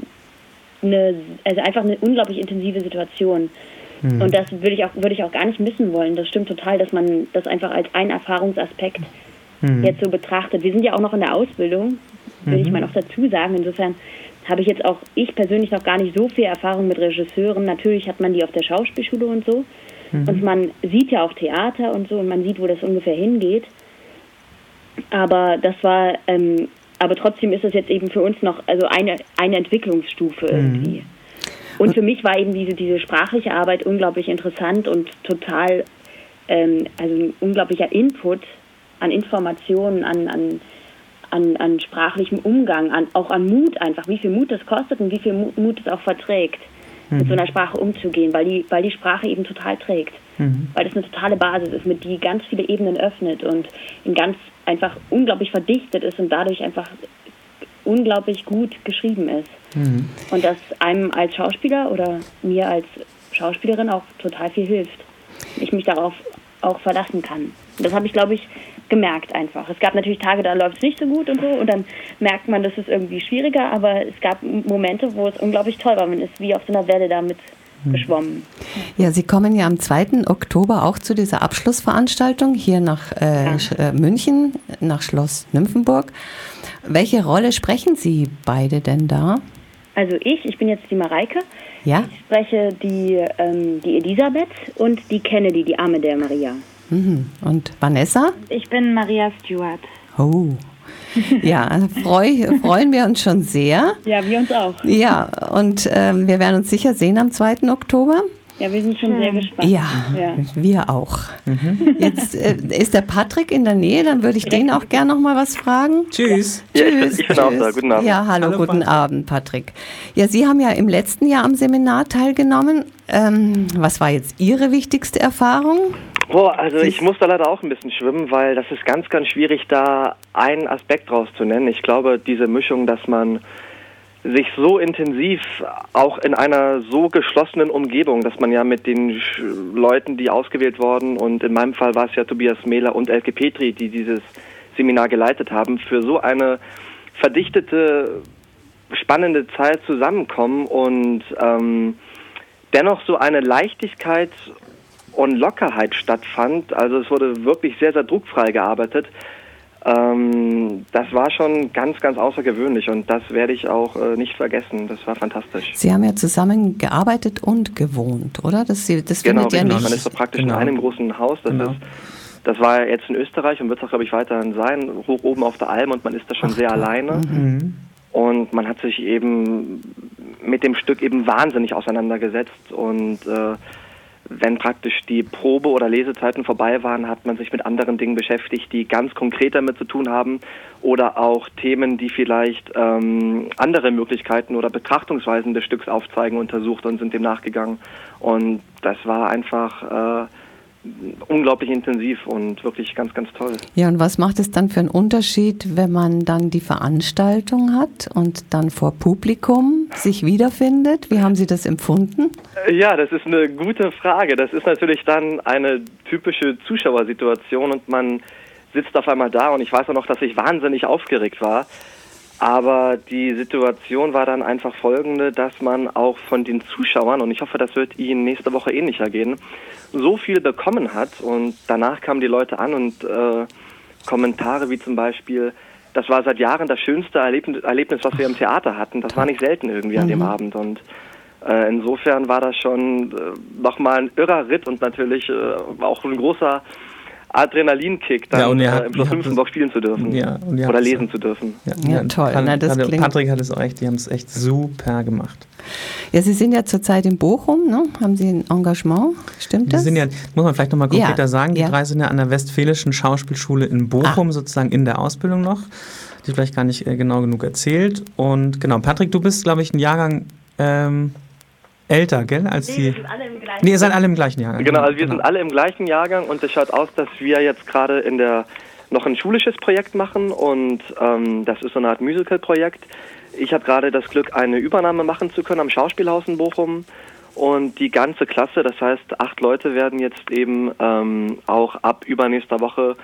einfach eine unglaublich intensive Situation. Und das würde ich auch gar nicht missen wollen. Das stimmt total, dass man das einfach als einen Erfahrungsaspekt jetzt so betrachtet. Wir sind ja auch noch in der Ausbildung, will ich mal noch dazu sagen. Insofern habe ich persönlich noch gar nicht so viel Erfahrung mit Regisseuren. Natürlich hat man die auf der Schauspielschule und so. Und man sieht ja auch Theater und so und man sieht, wo das ungefähr hingeht. Aber aber trotzdem ist das jetzt eben für uns noch eine Entwicklungsstufe irgendwie. Und für mich war eben diese sprachliche Arbeit unglaublich interessant und total, ein unglaublicher Input an Informationen, an sprachlichem Umgang, auch an Mut einfach, wie viel Mut das kostet und wie viel Mut es auch verträgt, mit so einer Sprache umzugehen, weil die Sprache eben total trägt. Weil das eine totale Basis ist, mit die ganz viele Ebenen öffnet und ganz einfach unglaublich verdichtet ist und dadurch einfach unglaublich gut geschrieben ist. Und das einem als Schauspieler oder mir als Schauspielerin auch total viel hilft. Ich mich darauf auch verlassen kann. Und das habe ich, glaube ich, gemerkt einfach. Es gab natürlich Tage, da läuft es nicht so gut und so und dann merkt man, das ist irgendwie schwieriger, aber es gab Momente, wo es unglaublich toll war. Man ist wie auf so einer Welle damit geschwommen. Ja, Sie kommen ja am 2. Oktober auch zu dieser Abschlussveranstaltung hier nach München, nach Schloss Nymphenburg. Welche Rolle sprechen Sie beide denn da? Also ich bin jetzt die Mareike. Ja? Ich spreche die Elisabeth und die Kennedy, die Arme der Maria. Und Vanessa? Ich bin Maria Stewart. Oh, ja, freuen wir uns schon sehr. Ja, wir uns auch. Ja, und wir werden uns sicher sehen am 2. Oktober. Ja, wir sind schon sehr gespannt. Ja, wir auch. Jetzt ist der Patrick in der Nähe, dann würde ich den auch gerne noch mal was fragen. Tschüss. Ja, ich bin auch da. Guten Abend. Ja, hallo guten Abend, Patrick. Ja, Sie haben ja im letzten Jahr am Seminar teilgenommen. Was war jetzt Ihre wichtigste Erfahrung? Also ich muss da leider auch ein bisschen schwimmen, weil das ist ganz, ganz schwierig, da einen Aspekt draus zu nennen. Ich glaube, diese Mischung, dass man sich so intensiv, auch in einer so geschlossenen Umgebung, dass man ja mit den Leuten, die ausgewählt wurden, und in meinem Fall war es ja Tobias Mehler und Elke Petri, die dieses Seminar geleitet haben, für so eine verdichtete, spannende Zeit zusammenkommen und dennoch so eine Leichtigkeit und Lockerheit stattfand. Also es wurde wirklich sehr, sehr druckfrei gearbeitet. Das war schon ganz, ganz außergewöhnlich und das werde ich auch nicht vergessen. Das war fantastisch. Sie haben ja zusammen gearbeitet und gewohnt, oder? Das genau, ja nicht. Man ist so praktisch in einem großen Haus. Das war ja jetzt in Österreich und wird es auch, glaube ich, weiterhin sein, hoch oben auf der Alm, und man ist da schon sehr alleine. Und man hat sich eben mit dem Stück eben wahnsinnig auseinandergesetzt und wenn praktisch die Probe- oder Lesezeiten vorbei waren, hat man sich mit anderen Dingen beschäftigt, die ganz konkret damit zu tun haben oder auch Themen, die vielleicht andere Möglichkeiten oder Betrachtungsweisen des Stücks aufzeigen, untersucht und sind dem nachgegangen. Und das war einfach unglaublich intensiv und wirklich ganz, ganz toll. Ja, und was macht es dann für einen Unterschied, wenn man dann die Veranstaltung hat und dann vor Publikum sich wiederfindet? Wie haben Sie das empfunden? Ja, das ist eine gute Frage. Das ist natürlich dann eine typische Zuschauersituation und man sitzt auf einmal da und ich weiß auch noch, dass ich wahnsinnig aufgeregt war. Aber die Situation war dann einfach folgende, dass man auch von den Zuschauern, und ich hoffe, das wird Ihnen nächste Woche ähnlicher gehen, so viel bekommen hat. Und danach kamen die Leute an und Kommentare wie zum Beispiel, das war seit Jahren das schönste Erlebnis, was wir im Theater hatten. Das war nicht selten irgendwie an dem Abend. Und insofern war das schon nochmal ein irrer Ritt und natürlich auch ein großer Adrenalinkick, dann im Schloss Nymphenburg spielen zu dürfen oder lesen zu dürfen. Ja, toll. Patrick hat es auch recht, die haben es echt super gemacht. Ja, Sie sind ja zurzeit in Bochum, ne? Haben Sie ein Engagement, stimmt das? Sie sind ja, muss man vielleicht nochmal konkreter sagen, die drei sind ja an der Westfälischen Schauspielschule in Bochum sozusagen in der Ausbildung noch. Die vielleicht gar nicht genau genug erzählt. Und genau, Patrick, du bist, glaube ich, ein Jahrgang älter, gell? Als die. Ihr seid alle im gleichen Jahrgang. Genau, also wir sind alle im gleichen Jahrgang und es schaut aus, dass wir jetzt gerade noch ein schulisches Projekt machen und das ist so eine Art Musical-Projekt. Ich habe gerade das Glück, eine Übernahme machen zu können am Schauspielhaus in Bochum. Und die ganze Klasse, das heißt 8 Leute, werden jetzt eben auch ab übernächster Woche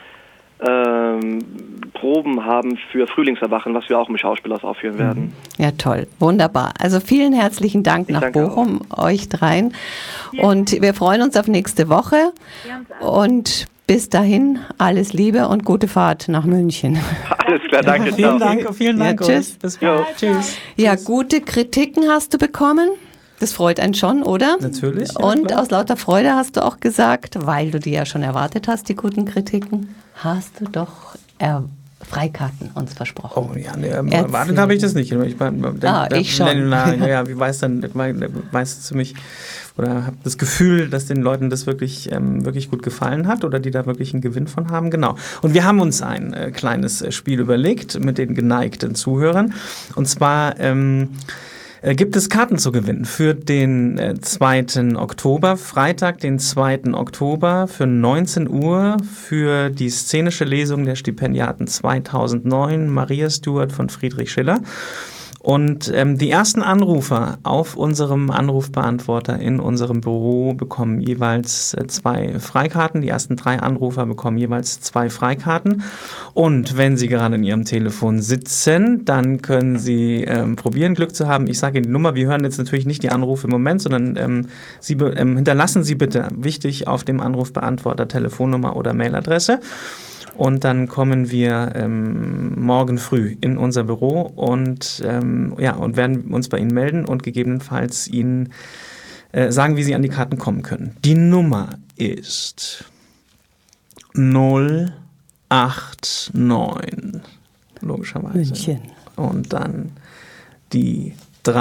Proben haben für Frühlingserwachen, was wir auch im Schauspielhaus aufführen werden. Ja, toll. Wunderbar. Also vielen herzlichen Dank nach Bochum, euch dreien. Und wir freuen uns auf nächste Woche. Und bis dahin, alles Liebe und gute Fahrt nach München. Alles klar, danke. Vielen Dank. Ja, tschüss. Bis bald. Tschüss. Ja, gute Kritiken hast du bekommen. Das freut einen schon, oder? Natürlich. Ja, und klar. aus lauter Freude hast du auch gesagt, weil du die ja schon erwartet hast, die guten Kritiken, hast du doch Freikarten uns versprochen. Oh ja, erwartet habe ich das nicht. Ich schon. Naja, wie weißt du mich oder habe das Gefühl, dass den Leuten das wirklich gut gefallen hat oder die da wirklich einen Gewinn von haben. Genau. Und wir haben uns ein kleines Spiel überlegt mit den geneigten Zuhörern. Und zwar gibt es Karten zu gewinnen für den 2. Oktober, Freitag, den 2. Oktober für 19 Uhr für die szenische Lesung der Stipendiaten 2009, Maria Stuart von Friedrich Schiller. Und die ersten Anrufer auf unserem Anrufbeantworter in unserem Büro bekommen jeweils 2 Freikarten. Die ersten 3 Anrufer bekommen jeweils 2 Freikarten. Und wenn Sie gerade in Ihrem Telefon sitzen, dann können Sie probieren, Glück zu haben. Ich sage Ihnen die Nummer. Wir hören jetzt natürlich nicht die Anrufe im Moment, sondern hinterlassen Sie bitte, wichtig, auf dem Anrufbeantworter Telefonnummer oder Mailadresse. Und dann kommen wir morgen früh in unser Büro und werden uns bei Ihnen melden und gegebenenfalls Ihnen sagen, wie Sie an die Karten kommen können. Die Nummer ist 089, logischerweise. München. Und dann die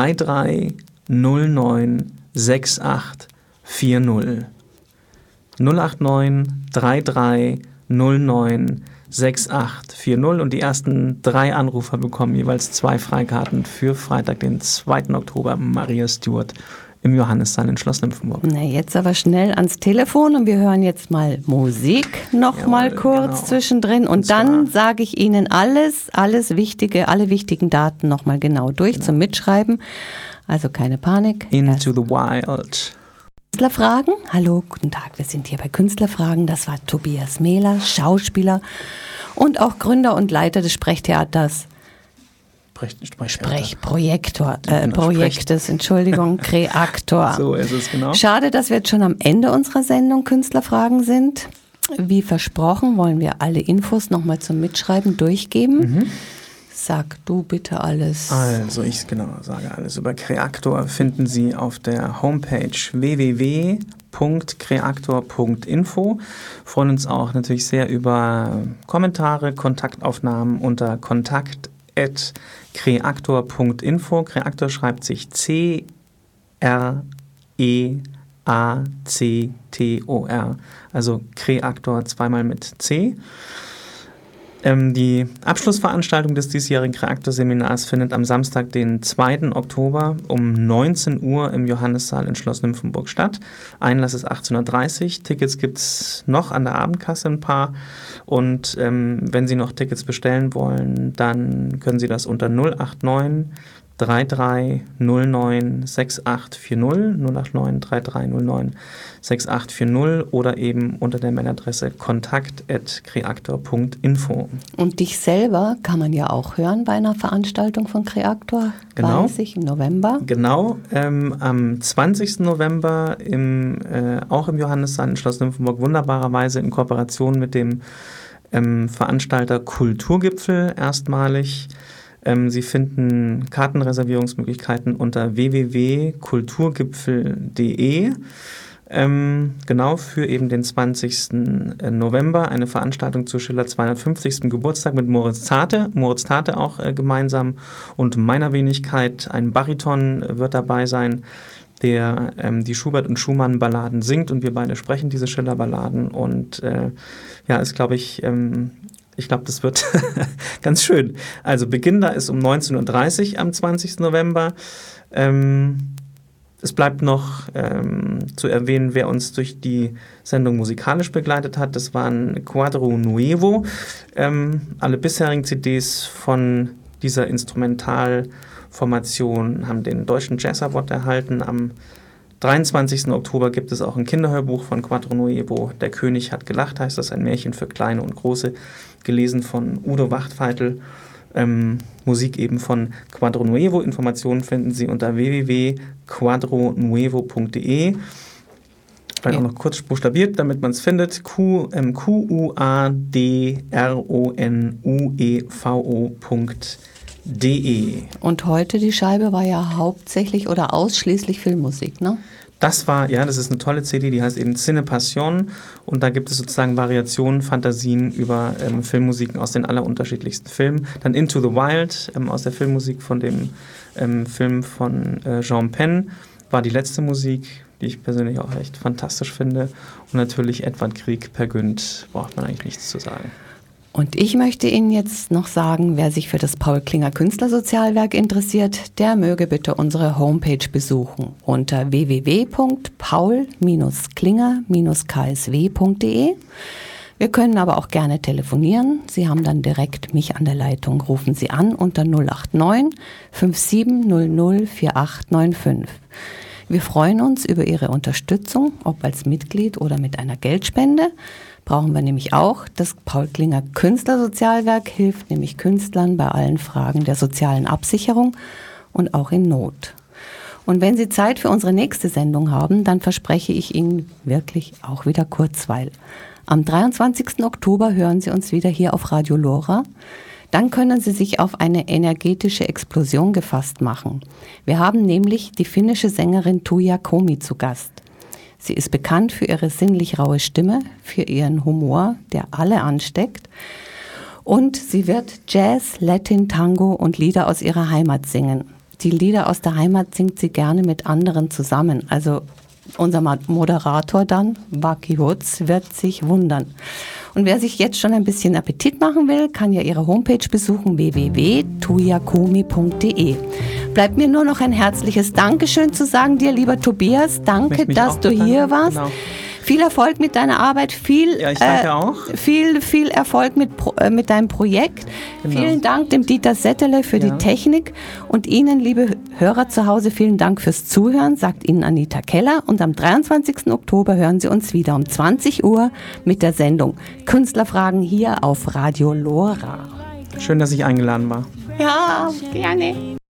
33096840. 089 33 096840 und die ersten 3 Anrufer bekommen jeweils 2 Freikarten für Freitag, den 2. Oktober, Maria Stuart im Johannissaal in Schloss Nymphenburg. Na, jetzt aber schnell ans Telefon und wir hören jetzt mal Musik noch mal kurz zwischendrin und dann sage ich Ihnen alle wichtigen Daten noch mal genau durch zum Mitschreiben. Also keine Panik. Into the Wild. Künstlerfragen. Hallo, guten Tag. Wir sind hier bei Künstlerfragen. Das war Tobias Mehler, Schauspieler und auch Gründer und Leiter des Sprechtheaters. Projektes, Entschuldigung, Kreaktor. So ist es, genau. Schade, dass wir jetzt schon am Ende unserer Sendung Künstlerfragen sind. Wie versprochen, wollen wir alle Infos nochmal zum Mitschreiben durchgeben. Sag du bitte alles. Also ich sage alles. Über Kreaktor finden Sie auf der Homepage www.kreaktor.info. Freuen uns auch natürlich sehr über Kommentare, Kontaktaufnahmen unter kontakt@kreaktor.info. Kreaktor schreibt sich CREACTOR. Also Kreaktor zweimal mit C. Die Abschlussveranstaltung des diesjährigen Kreaktor-Seminars findet am Samstag, den 2. Oktober um 19 Uhr im Johannissaal in Schloss Nymphenburg statt. Einlass ist 18:30 Uhr. Tickets gibt es noch an der Abendkasse ein paar. Und wenn Sie noch Tickets bestellen wollen, dann können Sie das unter 089 33 09 6840, 089 33 09 6840 oder eben unter der Mailadresse kontakt@kreaktor.info. Und dich selber kann man ja auch hören bei einer Veranstaltung von Kreaktor, genau. Weiß ich, im November. Genau, am 20. November auch im Johannissaal in Schloss Nymphenburg, wunderbarerweise in Kooperation mit dem Veranstalter Kulturgipfel erstmalig. Sie finden Kartenreservierungsmöglichkeiten unter www.kulturgipfel.de. Genau für eben den 20. November eine Veranstaltung zu Schiller 250. Geburtstag mit Moritz Tate auch gemeinsam und meiner Wenigkeit. Ein Bariton wird dabei sein, der die Schubert- und Schumann-Balladen singt und wir beide sprechen diese Schiller-Balladen und ist, glaube ich, das wird ganz schön. Also Beginn da ist um 19:30 Uhr am 20. November. Es bleibt noch zu erwähnen, wer uns durch die Sendung musikalisch begleitet hat. Das waren Quadro Nuevo. Alle bisherigen CDs von dieser Instrumental- Formation haben den Deutschen Jazz Award erhalten. Am 23. Oktober gibt es auch ein Kinderhörbuch von Quadro Nuevo. Der König hat gelacht, heißt das, ein Märchen für Kleine und Große, gelesen von Udo Wachtfeitel. Musik eben von Quadro Nuevo. Informationen finden Sie unter www.quadronuevo.de. Vielleicht auch noch kurz buchstabiert, damit man es findet. QUADRONUEVO.de. Und heute die Scheibe war ja hauptsächlich oder ausschließlich Filmmusik, ne? Das ist eine tolle CD, die heißt eben Cine Passion, und da gibt es sozusagen Variationen, Fantasien über Filmmusiken aus den allerunterschiedlichsten Filmen. Dann Into the Wild aus der Filmmusik von dem Film von Jean Penn war die letzte Musik, die ich persönlich auch echt fantastisch finde. Und natürlich Edvard Grieg, Per Gynt, braucht man eigentlich nichts zu sagen. Und ich möchte Ihnen jetzt noch sagen, wer sich für das Paul Klinger Künstlersozialwerk interessiert, der möge bitte unsere Homepage besuchen unter www.paul-klinger-ksw.de. Wir können aber auch gerne telefonieren. Sie haben dann direkt mich an der Leitung. Rufen Sie an unter 089 5700 4895. Wir freuen uns über Ihre Unterstützung, ob als Mitglied oder mit einer Geldspende. Brauchen wir nämlich auch. Das Paul Klinger Künstlersozialwerk hilft nämlich Künstlern bei allen Fragen der sozialen Absicherung und auch in Not. Und wenn Sie Zeit für unsere nächste Sendung haben, dann verspreche ich Ihnen wirklich auch wieder Kurzweil. Am 23. Oktober hören Sie uns wieder hier auf Radio Lora. Dann können Sie sich auf eine energetische Explosion gefasst machen. Wir haben nämlich die finnische Sängerin Tuija Komi zu Gast. Sie ist bekannt für ihre sinnlich raue Stimme, für ihren Humor, der alle ansteckt. Und sie wird Jazz, Latin, Tango und Lieder aus ihrer Heimat singen. Die Lieder aus der Heimat singt sie gerne mit anderen zusammen. Also unser Moderator dann, Waki Hutz, wird sich wundern. Und wer sich jetzt schon ein bisschen Appetit machen will, kann ja ihre Homepage besuchen, www.tuiakomi.de. Bleibt mir nur noch ein herzliches Dankeschön zu sagen dir, lieber Tobias. Danke, dass du hier warst. Genau. Viel Erfolg mit deiner Arbeit, viel Erfolg mit deinem Projekt. Genau. Vielen Dank dem Dieter Settele für die Technik und Ihnen, liebe Hörer zu Hause, vielen Dank fürs Zuhören, sagt Ihnen Anita Keller. Und am 23. Oktober hören Sie uns wieder um 20 Uhr mit der Sendung Künstlerfragen hier auf Radio Lora. Schön, dass ich eingeladen war. Ja, gerne.